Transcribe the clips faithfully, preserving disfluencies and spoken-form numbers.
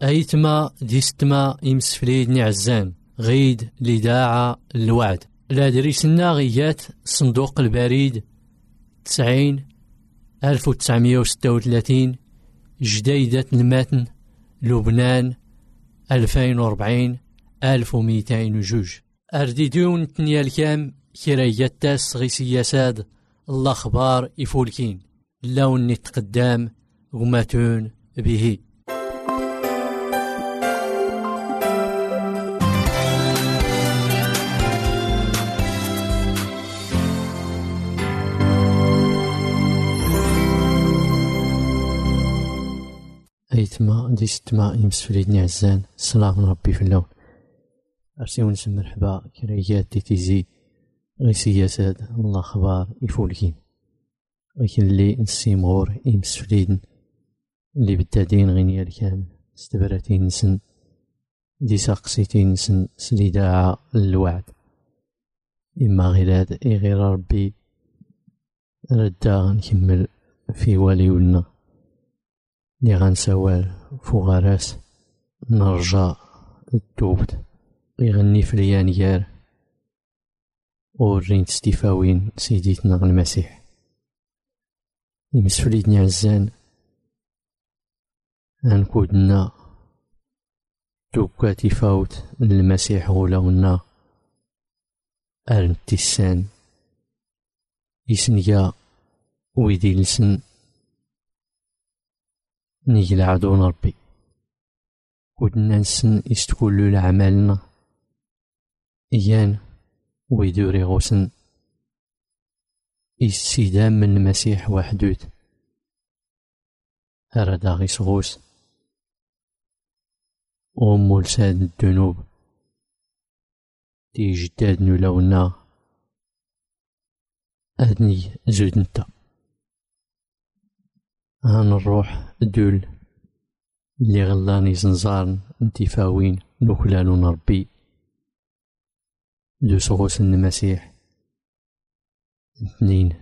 أيتما ديستما يمسفليد نعزان غيد لداعة الوعد لا دريسنا غيات صندوق البريد تسعين ألف وتسعمية وستة وثلاثين جديدة المتن لبنان ألفين وربعين ألف ومئتين وجوج أرديدون تنيا الكام كرايات تاس غي سياساد الأخبار يفولكين لون نتقدام غماتون به. أيتما ديستما يمسفليد نعزان سلام ربي في اللون أرسيون نسم مرحبا كرايات دي تيزي غي سياسات الأخبار يفولكين غيكن اللي نسيمغور يمسفليدن اللي بالتادين غينيا الكامل استبراتين نسن دي ساقسيتين نسن سليداعة الوعد إما غيراد إي غير ربي ردا غنكمل في والي ولنا لي غنسوال فوغاراس نرجع الدوبت يغني في اليانيار ورين ستيفاوين سيديتنا المسيح يمسفليدني عزان أنكودنا دوكاتي فوت المسيح غولونا أرنتيسان يسنيا ويدي لسن نيجي لعدون ربي ودنا نسن يستكولو لعمالنا إيان ويدوري غوسن السيدام من المسيح وحدود أرادا غيس غوس ومول ساد الذنوب دي جداد نولونا أدني زود نتا هنروح دول اللي غلاني زنزارن انتفاوين نوكلالون ربي دو سغوس المسيح اثنين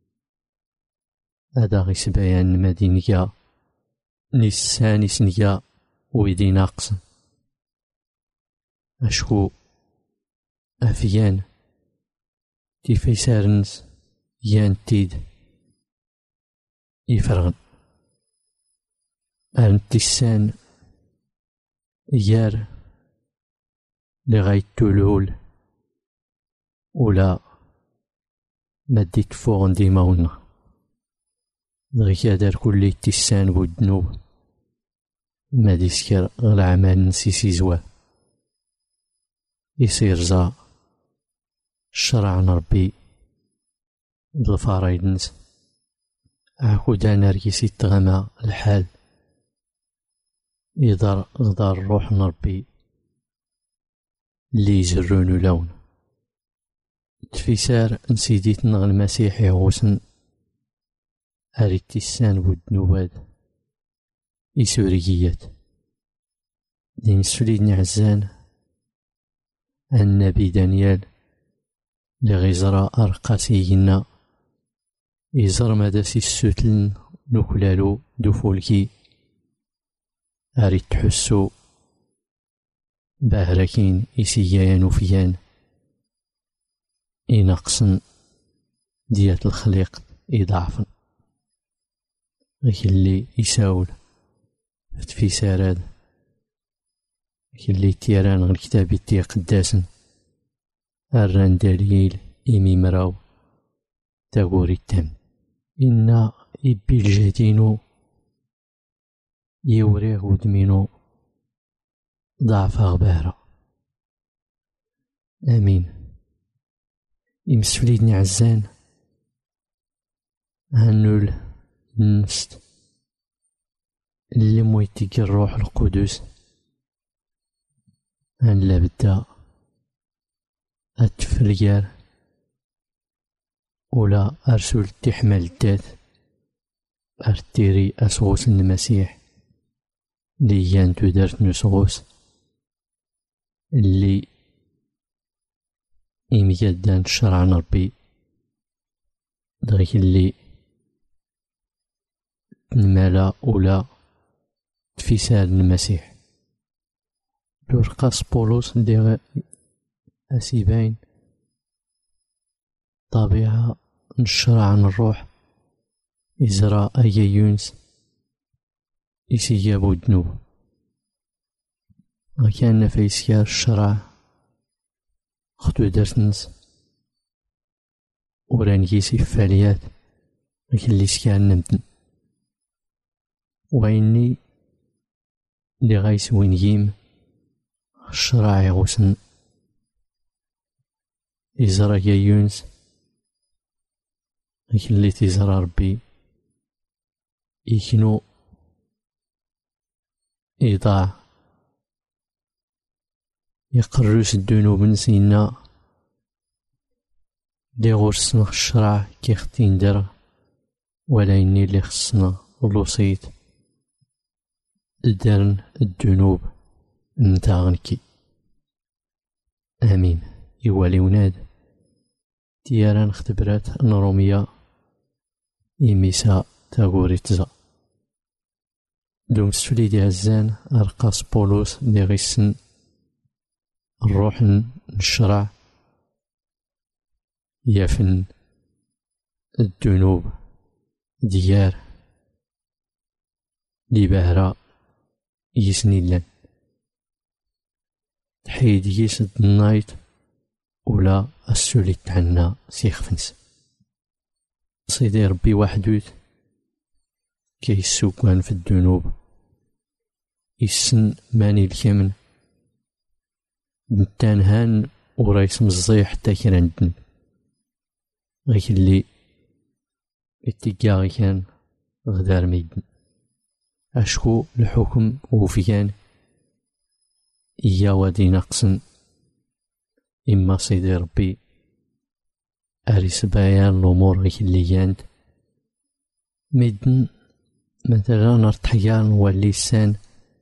هذا غي سبايان مدينيا نيسان سنيا ويدي ناقص أشكو أفيان تيفي سارنس يان تيد يفرغن أنتسان يار لغاية تولول ولا مديت فوغن ديماونا دغيا دار كل تسان بودنوب ما ديسكر العمال نسيسي زوا يصير زا الشرع ربي الفرايدنس عكودا نرجسي تغمى الحال يدار غدار روح ربي اللي يجرون لون تفيسار نسيديتنا المسيح يغوسن أريتيسان بودنوباد إسوريجيات دي مسفليدني عزان النبي دانيال لغزرا أرقاسينا إزر مداسي السوتلن نوكلالو دوفولكي أريد تحسو باهركين إسيان وفيان إنقصن ديات الخليق إضعفن غيك اللي يساول في ساراد غيك اللي تيران غير كتابي تي قداسن الران دليل إمي مراو تاغوري التام إنا إبي الجدينو يوريغ ودمينو ضعف غبارة آمين يمسفليدني عزان هنول النفس اللي مويتيك الروح القدس هن لابد أتفريار ولا أرسل تحمل الدات أرتيري أسغوس المسيح ليان تدرت نسغوس اللي إميادان شرع ربي دغيك اللي الملا ولا تفساد المسيح لورقاس بولوس دي أسيبين طبيعة نشرع عن الروح إزراء أي يونس إسيابو الذنوب غكان فيسيار الشرع خدو درتنس ورانيسي فاليات لكن اللي سكان نمتن وإني اللي غايس وينيم الشرع يغوسن إزرا يا يونس لكن اللي تزرى ربي يكنو إضاع يقرس الذنوب نسينا لي غرسنا الشرع كيختين در ولا إني اللي خصنا الوسيط درن الذنوب نتا غنكي. آمين. يوالي وناد دياران اختبرات نروميا إميسا تاغوري تزا دوم سفليدي عزان أرقاس بولوس لي غيسن الروح نشرع يفن الذنوب ديار لي باهرة يسنيلان تحيد يسد النايت ولا السوليت تاعنا سيخفنس سيدي ربي وحدوت كيسوكان في الذنوب يسن ماني الكامن نتان هان ورايس مزيح حتى كان عندن غيك اللي اتقاغي كان غدار ميدن اشكو الحكم وفيان إيا وادي نقصن إما سيدي ربي أريس بيان الأمور غيك اللي ياند ميدن مثلا نرتحيان واللسان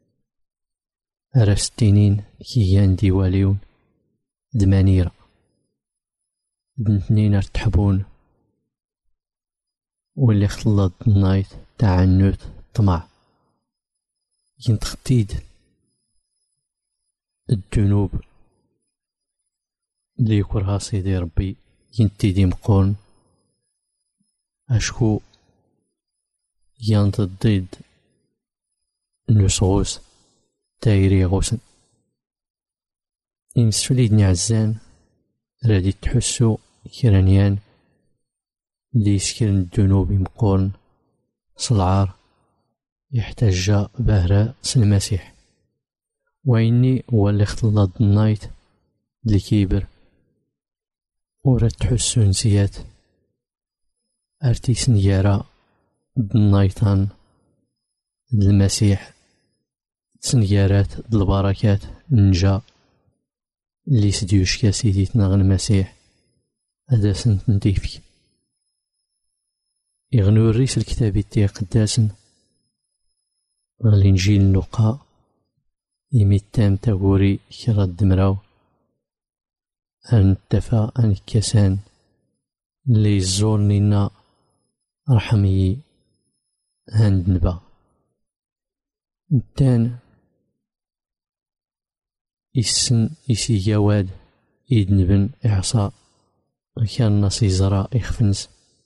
أرستينين كي ياندي واليون دمانيرة دنتنين ارتحبون واللي خلط النايت تعنوت طمع ينتختيد الذنوب اللي يكرها سيدي ربي ينتدي مقون أشكو يانت ضد نسغوس تايري غوسن إمسفليد نعزان رادي تحسو كرانيان اللي يسكرن الذنوب مقون صلعار يحتاج بهراء سلمسيح وإني هو اللي اختلط النايت اللي كيبر وراد تحسو نسيات أرتي سنيارة النايتان المسيح سنيارات البركات نجا اللي سديوش كاسيدي تناغ المسيح هذا سنت نديفك يغنو الريس الكتابي تي قداسن الإنجيل لوقا يميتام تاغوري كرا الدمراو أن تفا أن كسان اللي زورنينا رحمي هاند نبا نتان يسن يسي جواد إيد نبن إعصاء كان ناس يزرا يخفنس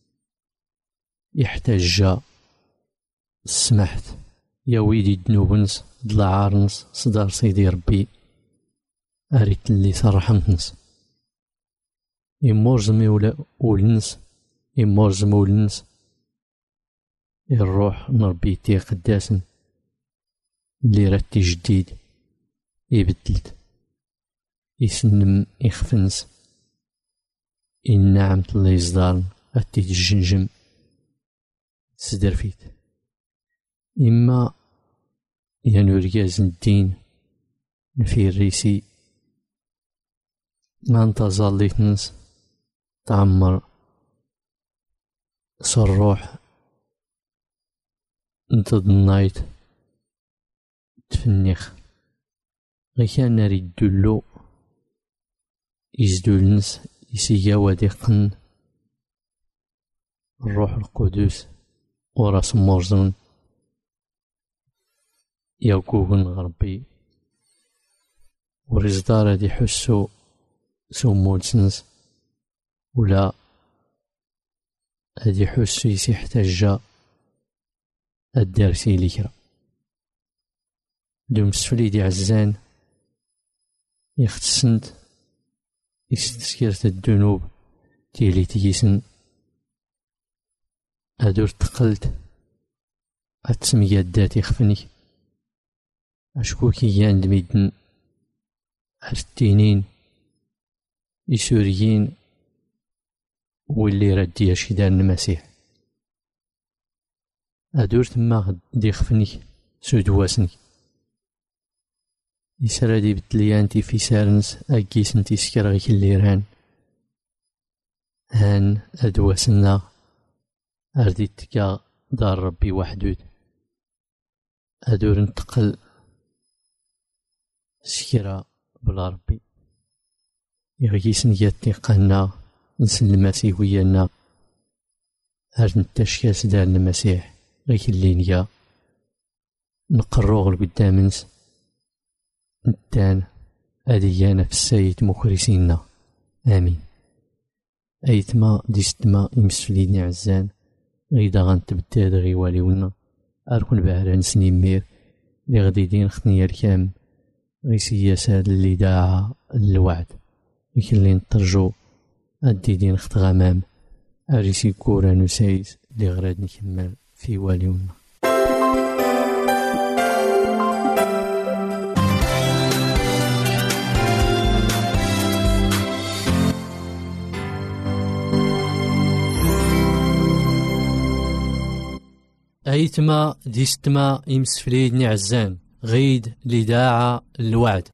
يحتاج سمحت يا ويدي دنوبنس دلعارنس صدار سيدي ربي أريت اللي صرحمتنس يمورز ميولا ولنس يمورز مولنس الروح نربي تي قداسن اللي راتي جديد يبدلت يسنم يخفنس النعم اللي يصدارن أتي الجنجم سدرفيت إما ينورياز الدين في الريسي ما نتظليتنس تعمر صروح انتظ النايت تفنيخ غيكان نريد دلو يزدولنس يسيا وديقن الروح القدس وراس مرزن يوكوغن غربي ورزدار هادي يحسو سمو سنس ولا هادي يحسو يسي حتى الدارسي لكرا دوم سفليدي عزان يختسنت يستسكرت الذنوب تيلي تيسن أدور تقلت أتسمية داتي خفني أشكوكي ياند ميدن أرتينين يسوريين واللي ردي أشيدان المسيح أدور تما دي خفني سودواسني يسرى دي بتليانتي في سارنس أكيس نتي سكرغيك الليران هان أدواسنا أردي تكا دار ربي وحدود أدور نتقل سكرا بلا ربي يغيس نياتي قانا نسن المسيح ويانا هاد نتاشكاس دار المسيح غيك اللي نيا نقروغ لقدامنس نتان أديانا في السيد مخرسينا آمين. أيتما ديستما يمسفليني عزان غيدا غنتبداد غي واليونا أركن بهران سنين مير لي غدي دين خطني الكام غي سياسة اللي داعا الوعد يكلي نترجو أدي دين خط غمام أريسي كورا نسايس لي غراد نكمل في واليونا. أيتما ديستما يمسفليدني عزان غيد لداعة الوعد.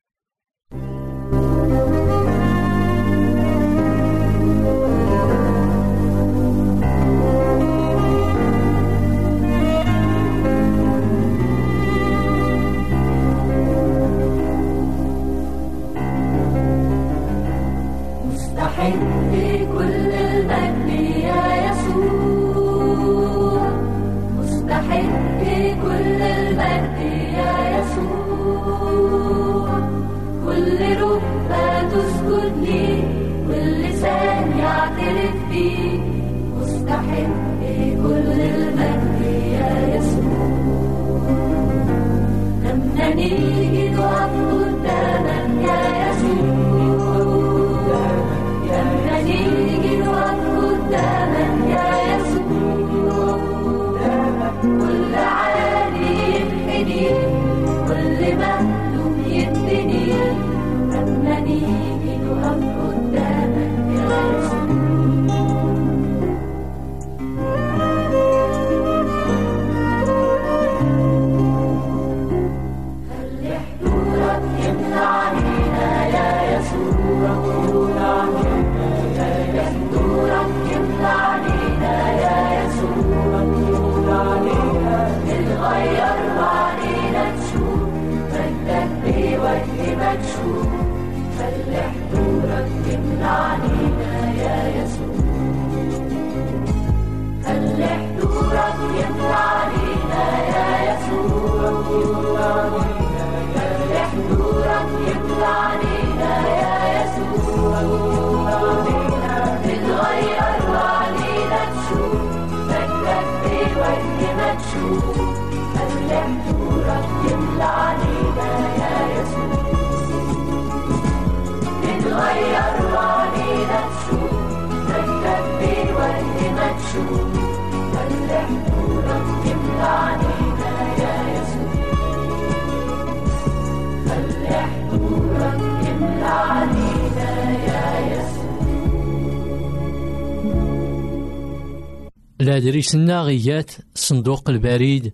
لادريسنا غيات صندوق البريد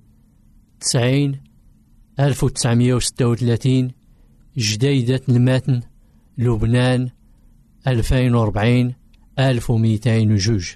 تسعين ألف وتسعمية وستة وثلاثين جديدة المتن لبنان ألفين وربعين ألف ومئتين وجوج.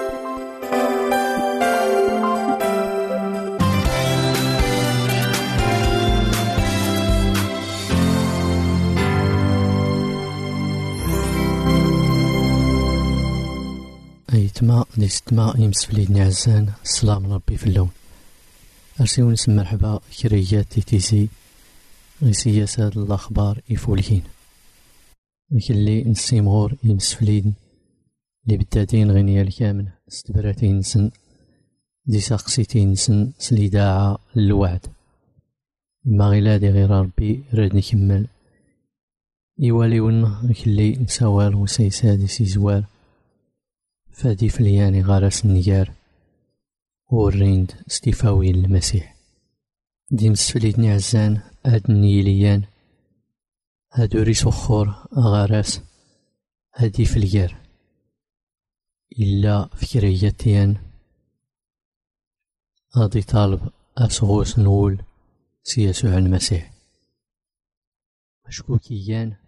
أيتما ديستما يمسفليدني عزان السلام ربي في اللون أرسيو نسم مرحبا كريات تيتيسي غيسياس هاد الأخبار يفولكين لكن اللي نسيمغور يمسفليدن اللي بدادين غنيا الكامل استبراتين سن دي ساقسيتين سن سليداعة الوعد ما غيلادي غير ربي راد نكمل يوالي ون اللي نسوال وسيسادي سيزوار فادي فلياني غارس النيار والريند ستيفاوي المسيح دي مسفليدني عزان هاد النيليان هادو ريس وخور غارس هادي فليار إلا فكرياتيان غادي طالب أسغوس نقول سيسوع المسيح مشكوكيان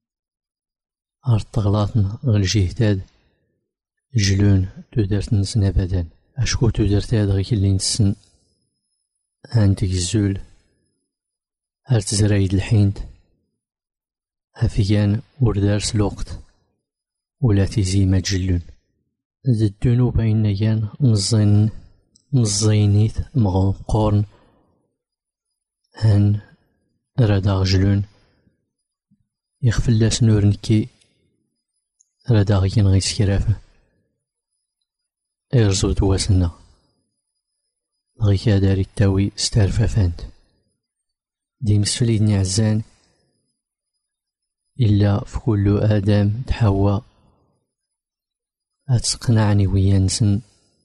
أرطغلاطن غالجيهتاد جلون تودرت نسن أبدا أشكو تودرتاد غيك اللي نسن عندك الزول هرت زرايد الحيند هفيان وردارس الوقت ولا تيزي ما تجلون ذا الدنوب عينيان مزين مزينيت مغنقورن هن رادا غجلون يخفلاس نور نكي رادا غيين غيس كرافه إرزو دواسنا غيكا داري التاوي ستارفافانت دي مسفليدني عزان إلا في كل آدم تحوى أتقنعني ويانسن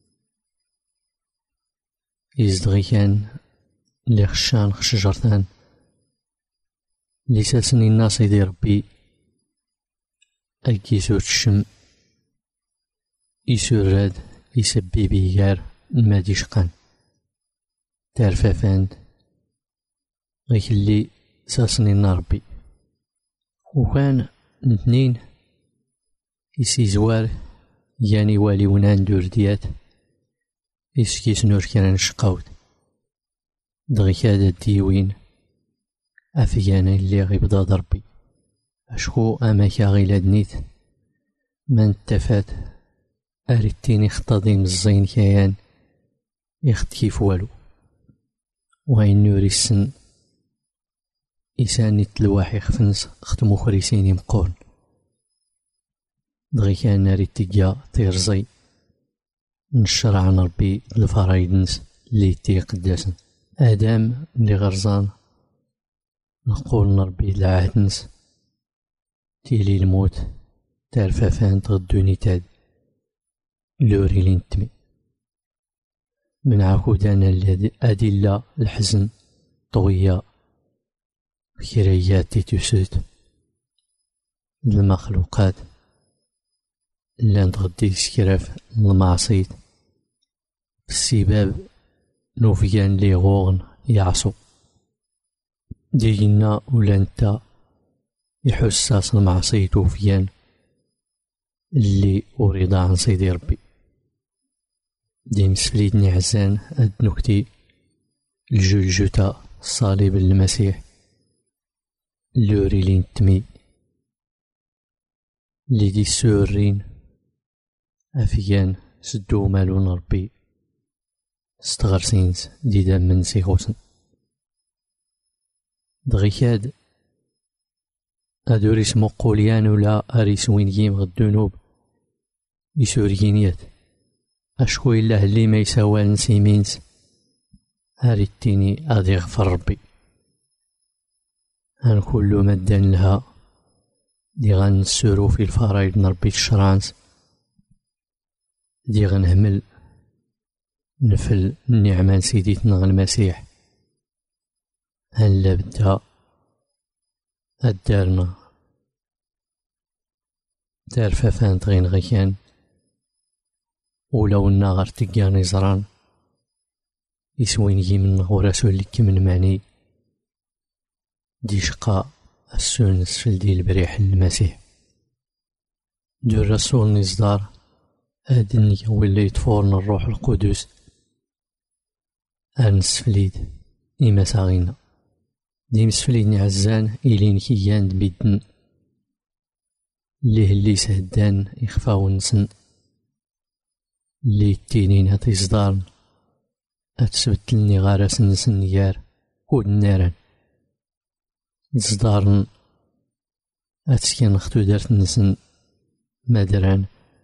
يزدغي كان اللي خشان خشجرتان لساسني الناس يدي ربي أكي سور الشم يسور راد يسبي بيجار المادي شقان تارفافاند غيك اللي ساسني ربي وكان الاثنين يسي زوار يعني والي ونان دور ديات يسكيس نور كان شقاوت دغيك هذا الديوين أفيانا اللي غيبدا ضربي أشكو أماكا غيلا دنيت من تفات أريتيني خطاضي مزين كيان يخت كيف والو وين نوري السن إساني تلواحي خفنس ختمو خريسيني مقورن دغي كان ناري تيجا تيرزي نشرع عن ربي الفرايدنس اللي تي قداسن آدم اللي غرزان نقول نربي العهدنس تيلي الموت تارفافان تغدوني تاد لوري لينتمي من عكودانا الأدلة الحزن طوية خيريات تيتوسوت المخلوقات اللي نتغدي سكراف المعصيت بسبب نوفيان لي غوغن يعصو دينا ولا نتا يحساس المعصيت وفيان اللي أريد عن سيدي ربي دي مسفليدني عزان هاد نكتي الجلجوتا صليب المسيح لوري لين تمي اللي دي سورين أفيان سدو مالون ربي استغرسينس دي دام من سيخوسن دغيكاد أدوريس مقوليان ولا أريس وينجيم غدونوب يسوريينيات أشكو إلا اللي ما يساوال نسيمينس هاريتيني أدي غفر ربي هان كل مدان لها دي غنسورو في الفرايد نربي الشرانس دي غنهمل نفل النعمان سيديتنا المسيح هلا بدا الدارنا دار فافان تغين غيان ولو النغر تقاني زران يسوين يجي من غوراسو اللي كمن معني دي شقاء السونس في دي البريح المسيح دو الرسول نصدار أدني واللي يتفورن الروح القدس أنس فليد إما ساغينا دي مسفليني عزان إلين كيان دبيدن ليه اللي سهدان يخفاو نسن اللي التينين هاتي صدارن أتسبتلني غارس نسن نيار ود نارن زدارن أتسكن أختو دارت نسن مدران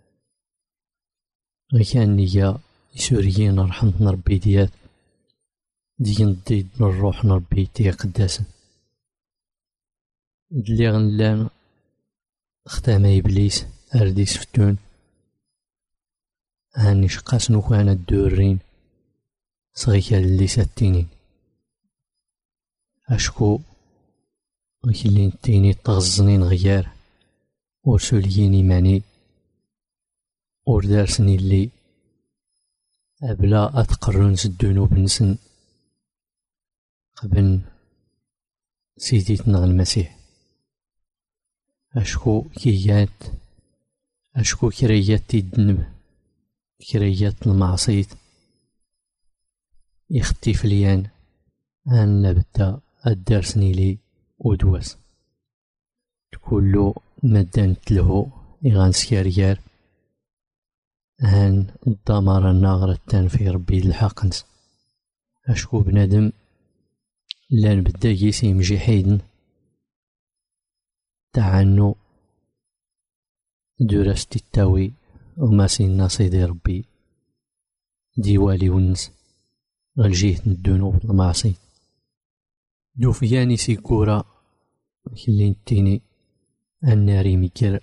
غيكان نيا يسوريين رحمة ربي ديال ديك ضيد الروح نربي تي قداسن اللي غنلان ختام إبليس أرديس فتون هاني شقاس نوكان الدورين صغيكا اللي ساتينين أشكو غيكلين تيني تغزنين غيار ورسوليين إيماني وردارسني اللي أبلا أتقرن الذنوب نسن قبل سيديتنا المسيح أشكو كيات أشكو كريات الذنب كريات المعصية يختيف ليان أن لبدا الدرسني لي ودواس كلو مدان تلهو إغان سكاريار هان الدمار الناغرة في ربي الحقنس أشكو بنادم لان بدا يسيم جحيد تعنو درست التاوي وما سينا صيدي ربي ديوالي ونس غالجيه الذنوب المعصي دوفياني سيكورا كلين تيني الناري ميكر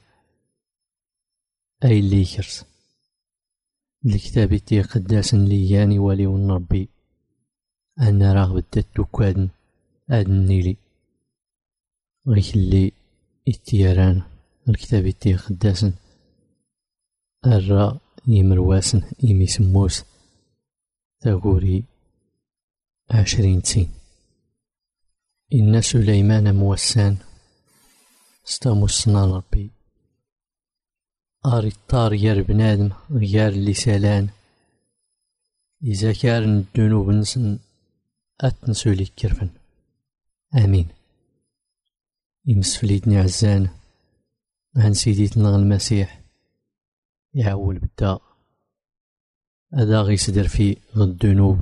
أي اللي يكرس الكتاب تي قداس لياني ولي ونربي أنا راغب الدتو كادن أدنيلي غيك اللي اتياران الكتاب تي قداسن الرا يمرواسن يمي سموس تاغوري عشرين تسين إن سليمان موسان استموسنا ربي أري الطار يار بنادم غيار اللي سالان إذا كان الذنوب نسن أتنسولي كرفن آمين. يمسفليتني عزان عن سيديتنا المسيح يعول بدا هذا غيصدر في الذنوب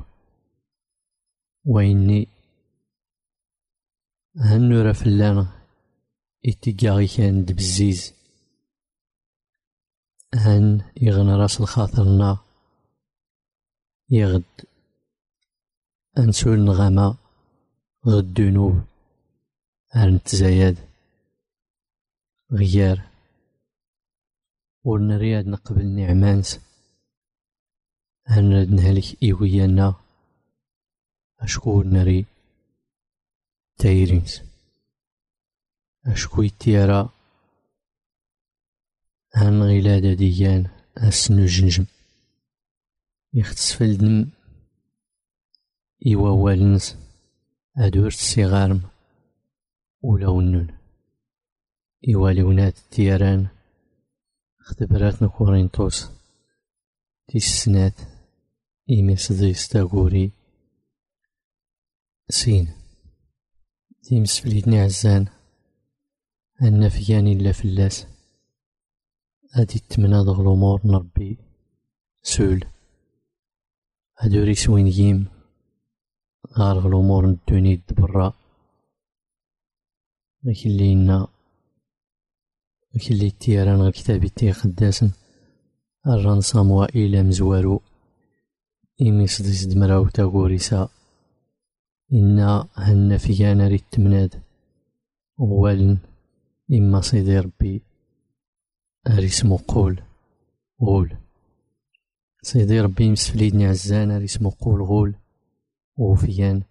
وإني هنورا فلان اتقاغي كان دبزيز هن يغنى راس الخاطرنا يغد أنسول نغما غد ذنوب هن تزايد غيار ونرياد نقبل نعمانس هن رد نهلك إيويانا أشكو نري تايرينس أشكو التيارا هن غلادة ديان أسنو جنجم يختسف الدم إيوا والنس أدورت الصغارم ولا ونون إيوا لونات التياران اختبرات نكورينطوس تيسنات إيمي صديس تاغوري سين تيمس فليتني عزان أن فياني إلا فلاس هادي تمناد غلومور نربي سول هادوري سوين ييم غار غلومور ندوني دبرا لكن لينا لكن لي تيران غير كتابي تي قداسن الران صاموا إلى مزوارو إيمي صديس دمراو تاغوريسا إنا هن فيانا ريت تمناد والن إما صيدي ربي أريسمو قول غول صيدي ربي مسفليدني عزان أريسمو قول غول وفيان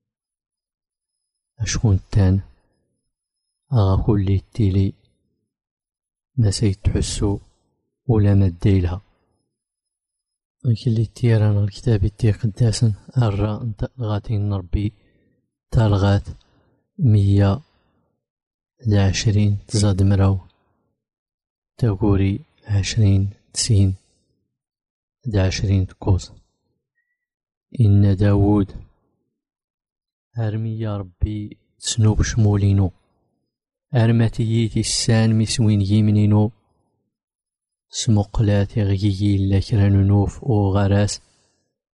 أشكون تان أغا كل تيلي ما سيتحسو ولا ما ديلها كلي تيران الكتاب تي قداسن الرا انت غاتي نربي تالغات مية لعشرين تزاد مراو تاغوري عشرين تسين عشرين تقوس إن داود أرمي يا ربي سنوب شمولينو أرمتيتي السان مسوين يمنينو سمقلاتي غيي لكران نوف أو غراس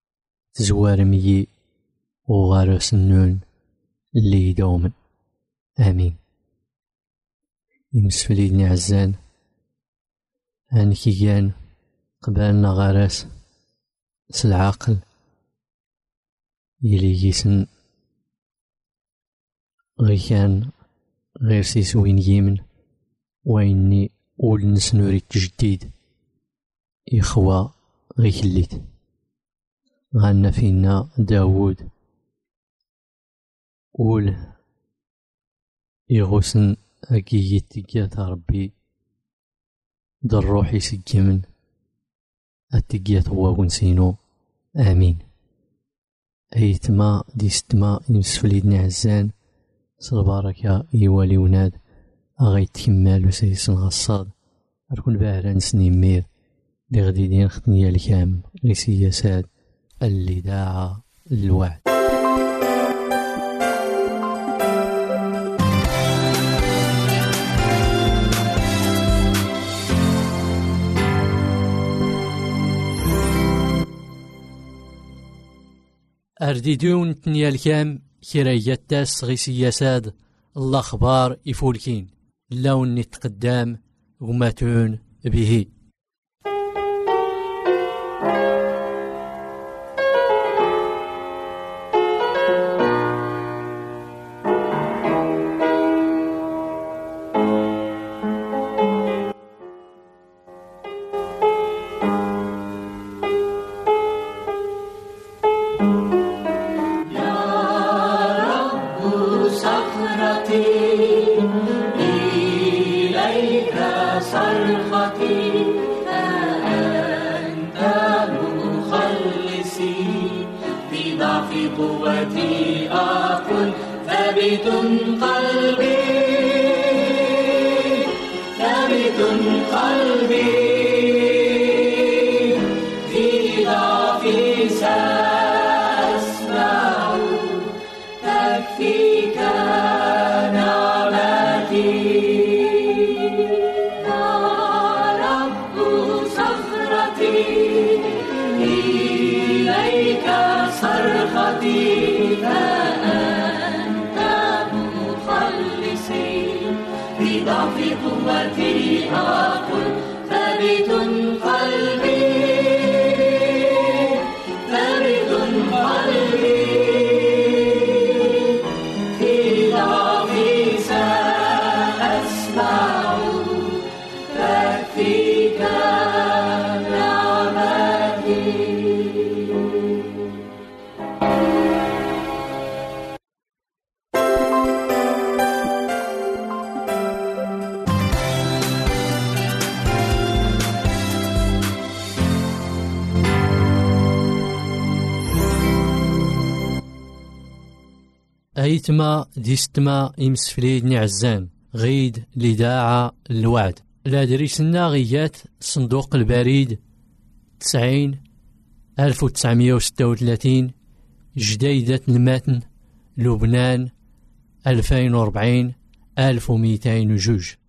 تزوار ميي أو غراس النون اللي دومن آمين. يمس فليدني عزان هانكي كان قبالنا غراس سالعاقل يلي يسن غي كان غير سيسوين يمن ويني أول نسنوري تجديد إخوة غي كليت غانا فينا داود أول يغسن أكيد تقيات ربي در روحي سجمن التقيات هو ونسينو. آمين. أيتما ديستما يمسفليدني عزان صلباركا يوالي وناد أغيت كمال وسيسن غصاد أركون باهران سنين مير لغديدين ختنيا الكام غي سياسات اللي داعا الوعد. أرديدون تنيا الكام كرايات تاس غي سياسات الأخبار يفولكين اللون نتقدام غماتون به. قوتي أقول ثابت قلبي ثابت قلبي في ضعفي سأسمع تكفيك نعمتي يا رب صخرتي إليك صرختي فأنت مخلصي بضعف قوتي أقول ثابت قلبي ثابت قلبي في ضعفي سأسمع تكفيك نعمتي. أيتما ديستما يمسفليدني عزان غيد لداعة الوعد. لا دريسنا غيات صندوق البريد تسعين ألف وتسعمية وستة وثلاثين جديدة المتن لبنان ألفين وربعين ألف ومئتين وجوج.